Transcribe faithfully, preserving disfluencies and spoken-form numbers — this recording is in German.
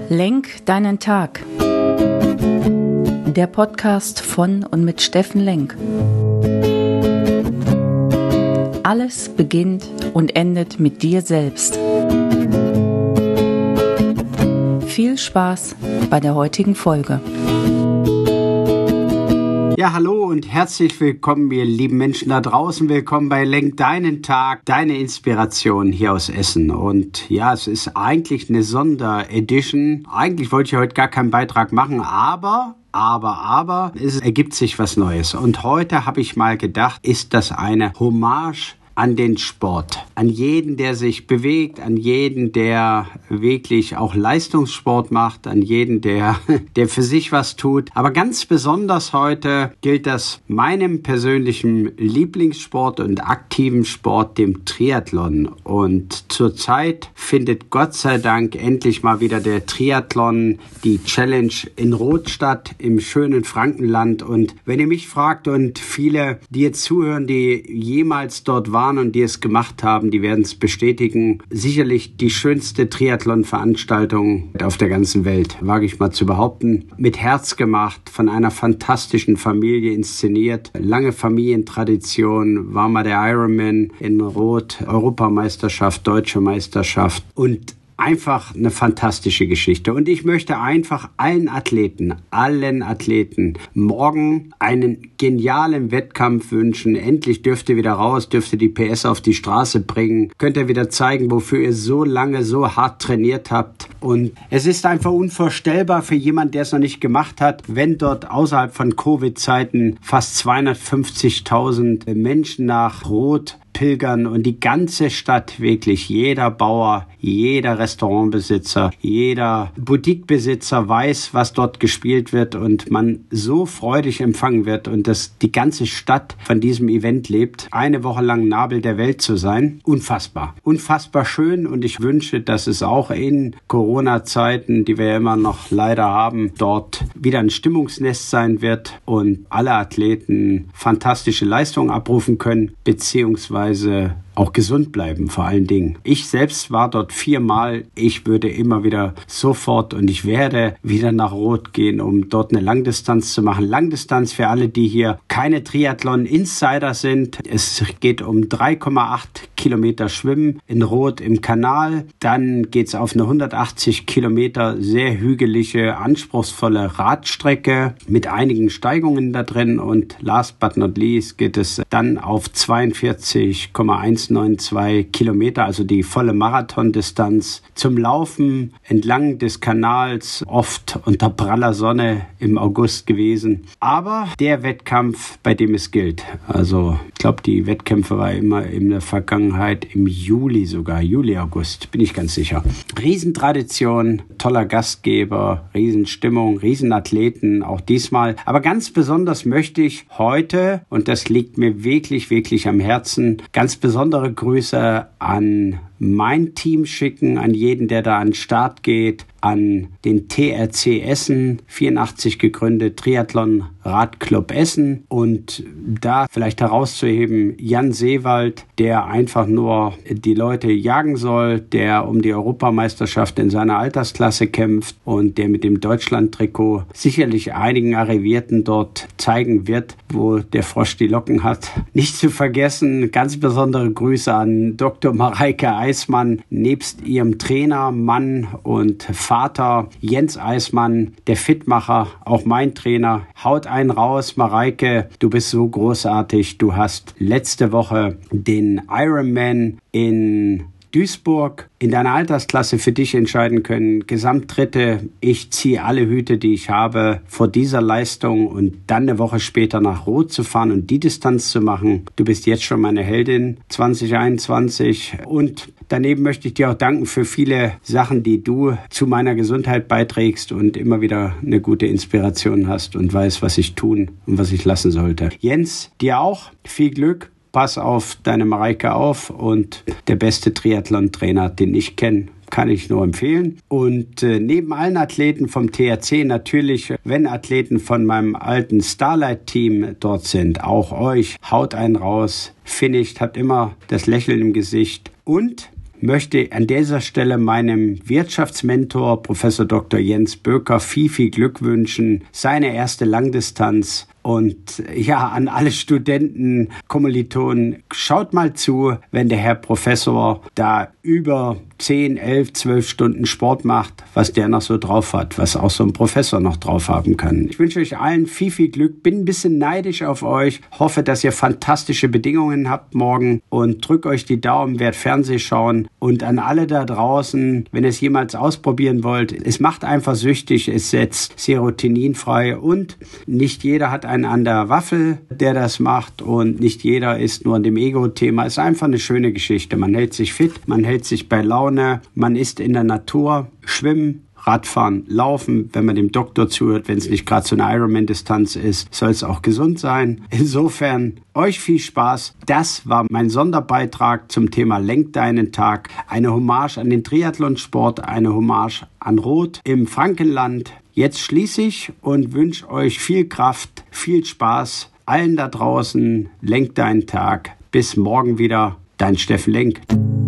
Lenk deinen Tag. Der Podcast von und mit Steffen Lenk. Alles beginnt und endet mit dir selbst. Viel Spaß bei der heutigen Folge. Ja, hallo und herzlich willkommen, ihr lieben Menschen da draußen. Willkommen bei Lenk deinen Tag, deine Inspiration hier aus Essen. Und ja, es ist eigentlich eine Sonderedition. Eigentlich wollte ich heute gar keinen Beitrag machen, aber... Aber, aber, es ergibt sich was Neues. Und heute habe ich mal gedacht, ist das eine Hommage an den Sport, an jeden, der sich bewegt, an jeden, der wirklich auch Leistungssport macht, an jeden, der, der für sich was tut. Aber ganz besonders heute gilt das meinem persönlichen Lieblingssport und aktiven Sport, dem Triathlon. Und zurzeit findet Gott sei Dank endlich mal wieder der Triathlon, die Challenge in Roth statt, im schönen Frankenland. Und wenn ihr mich fragt und viele, die jetzt zuhören, die jemals dort waren, und die es gemacht haben, die werden es bestätigen. Sicherlich die schönste Triathlon-Veranstaltung auf der ganzen Welt, wage ich mal zu behaupten. Mit Herz gemacht, von einer fantastischen Familie inszeniert. Lange Familientradition, war mal der Ironman in Roth, Europameisterschaft, Deutsche Meisterschaft und einfach eine fantastische Geschichte. Und ich möchte einfach allen Athleten, allen Athleten morgen einen genialen Wettkampf wünschen. Endlich dürft ihr wieder raus, dürft ihr die P S auf die Straße bringen. Könnt ihr wieder zeigen, wofür ihr so lange, so hart trainiert habt. Und es ist einfach unvorstellbar für jemanden, der es noch nicht gemacht hat, wenn dort außerhalb von Covid-Zeiten fast zweihundertfünfzigtausend Menschen nach Roth pilgern und die ganze Stadt, wirklich jeder Bauer, jeder Restaurantbesitzer, jeder Boutiquebesitzer weiß, was dort gespielt wird und man so freudig empfangen wird und dass die ganze Stadt von diesem Event lebt, eine Woche lang Nabel der Welt zu sein. Unfassbar. Unfassbar schön und ich wünsche, dass es auch in Corona-Zeiten, die wir ja immer noch leider haben, dort wieder ein Stimmungsnest sein wird und alle Athleten fantastische Leistungen abrufen können, beziehungsweise auch gesund bleiben, vor allen Dingen. Ich selbst war dort viermal. Ich würde immer wieder sofort und ich werde wieder nach Roth gehen, um dort eine Langdistanz zu machen. Langdistanz für alle, die hier keine Triathlon-Insider sind. Es geht um drei Komma acht Kilometer Schwimmen in Roth im Kanal. Dann geht es auf eine hundertachtzig Kilometer sehr hügelige, anspruchsvolle Radstrecke mit einigen Steigungen da drin. Und last but not least geht es dann auf zweiundvierzig Komma hundertzweiundneunzig Kilometer, also die volle Marathondistanz zum Laufen entlang des Kanals, oft unter praller Sonne im August gewesen. Aber der Wettkampf, bei dem es gilt, also ich glaube, die Wettkämpfe war immer in der Vergangenheit im Juli sogar, Juli, August, bin ich ganz sicher. Riesentradition, toller Gastgeber, Riesenstimmung, Riesenathleten, auch diesmal. Aber ganz besonders möchte ich heute, und das liegt mir wirklich, wirklich am Herzen, ganz besondere Grüße an mein Team schicken, an jeden, der da an den Start geht, an den T R C Essen, vierundachtzig gegründet, Triathlon Radclub Essen und da vielleicht herauszuheben, Jan Seewald, der einfach nur die Leute jagen soll, der um die Europameisterschaft in seiner Altersklasse kämpft und der mit dem Deutschland-Trikot sicherlich einigen Arrivierten dort zeigen wird, wo der Frosch die Locken hat. Nicht zu vergessen, ganz besondere Grüße an Doktor Mareike Eismann, nebst ihrem Trainer, Mann und Vater Jens Eismann, der Fitmacher, auch mein Trainer. Haut einen raus, Mareike, du bist so großartig. Du hast letzte Woche den Ironman in Duisburg in deiner Altersklasse für dich entscheiden können. Gesamtdritte, ich ziehe alle Hüte, die ich habe, vor dieser Leistung und dann eine Woche später nach Roth zu fahren und die Distanz zu machen. Du bist jetzt schon meine Heldin zwanzig einundzwanzig und daneben möchte ich dir auch danken für viele Sachen, die du zu meiner Gesundheit beiträgst und immer wieder eine gute Inspiration hast und weißt, was ich tun und was ich lassen sollte. Jens, dir auch viel Glück. Pass auf deine Mareike auf und der beste Triathlon-Trainer, den ich kenne, kann ich nur empfehlen. Und äh, neben allen Athleten vom T R C natürlich, wenn Athleten von meinem alten Starlight-Team dort sind, auch euch, haut einen raus, finisht, habt immer das Lächeln im Gesicht und möchte an dieser Stelle meinem Wirtschaftsmentor, Professor Doktor Jens Böker, viel, viel Glück wünschen. Seine erste Langdistanz. Und ja, an alle Studenten, Kommilitonen, schaut mal zu, wenn der Herr Professor da über zehn, elf, zwölf Stunden Sport macht, was der noch so drauf hat, was auch so ein Professor noch drauf haben kann. Ich wünsche euch allen viel, viel Glück, bin ein bisschen neidisch auf euch, hoffe, dass ihr fantastische Bedingungen habt morgen und drückt euch die Daumen, werdet Fernseh schauen. Und an alle da draußen, wenn ihr es jemals ausprobieren wollt, es macht einfach süchtig, es setzt Serotonin frei und nicht jeder hat einen an der Waffel, der das macht und nicht jeder ist nur an dem Ego-Thema. Es ist einfach eine schöne Geschichte. Man hält sich fit, man hält sich bei Laune, man ist in der Natur, schwimmen, Radfahren, Laufen, wenn man dem Doktor zuhört, wenn es nicht gerade so eine Ironman-Distanz ist, soll es auch gesund sein. Insofern, euch viel Spaß. Das war mein Sonderbeitrag zum Thema Lenk deinen Tag. Eine Hommage an den Triathlonsport, eine Hommage an Rot im Frankenland. Jetzt schließe ich und wünsche euch viel Kraft, viel Spaß. Allen da draußen, lenkt deinen Tag. Bis morgen wieder, dein Steffen Lenk.